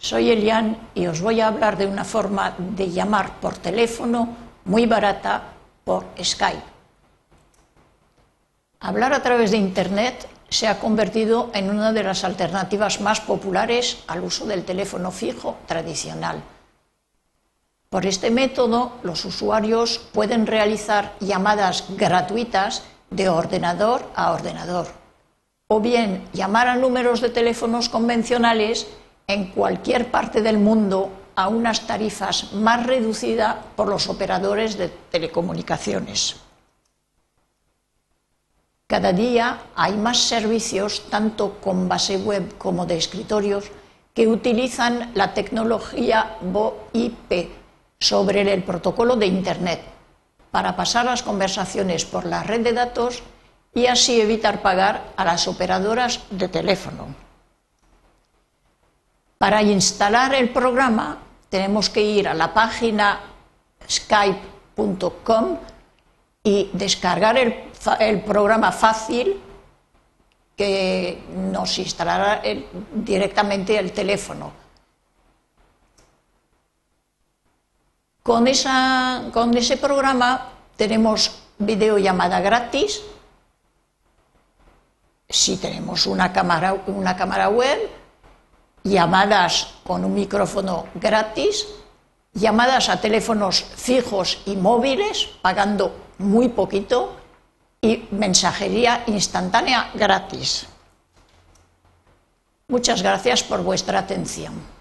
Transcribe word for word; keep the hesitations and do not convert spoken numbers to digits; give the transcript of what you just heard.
Soy Elian y os voy a hablar de una forma de llamar por teléfono muy barata por Skype. Hablar a través de Internet se ha convertido en una de las alternativas más populares al uso del teléfono fijo tradicional. Por este método, los usuarios pueden realizar llamadas gratuitas de ordenador a ordenador, o bien llamar a números de teléfonos convencionales en cualquier parte del mundo a unas tarifas más reducidas por los operadores de telecomunicaciones. Cada día hay más servicios, tanto con base web como de escritorios, que utilizan la tecnología V O I P sobre el protocolo de Internet para pasar las conversaciones por la red de datos y así evitar pagar a las operadoras de teléfono. Para instalar el programa tenemos que ir a la página skype punto com y descargar el, el programa fácil que nos instalará el, directamente el teléfono. Con, esa, con ese programa tenemos videollamada gratis, si tenemos una cámara, una cámara web, llamadas con un micrófono gratis, llamadas a teléfonos fijos y móviles, pagando muy poquito, y mensajería instantánea gratis. Muchas gracias por vuestra atención.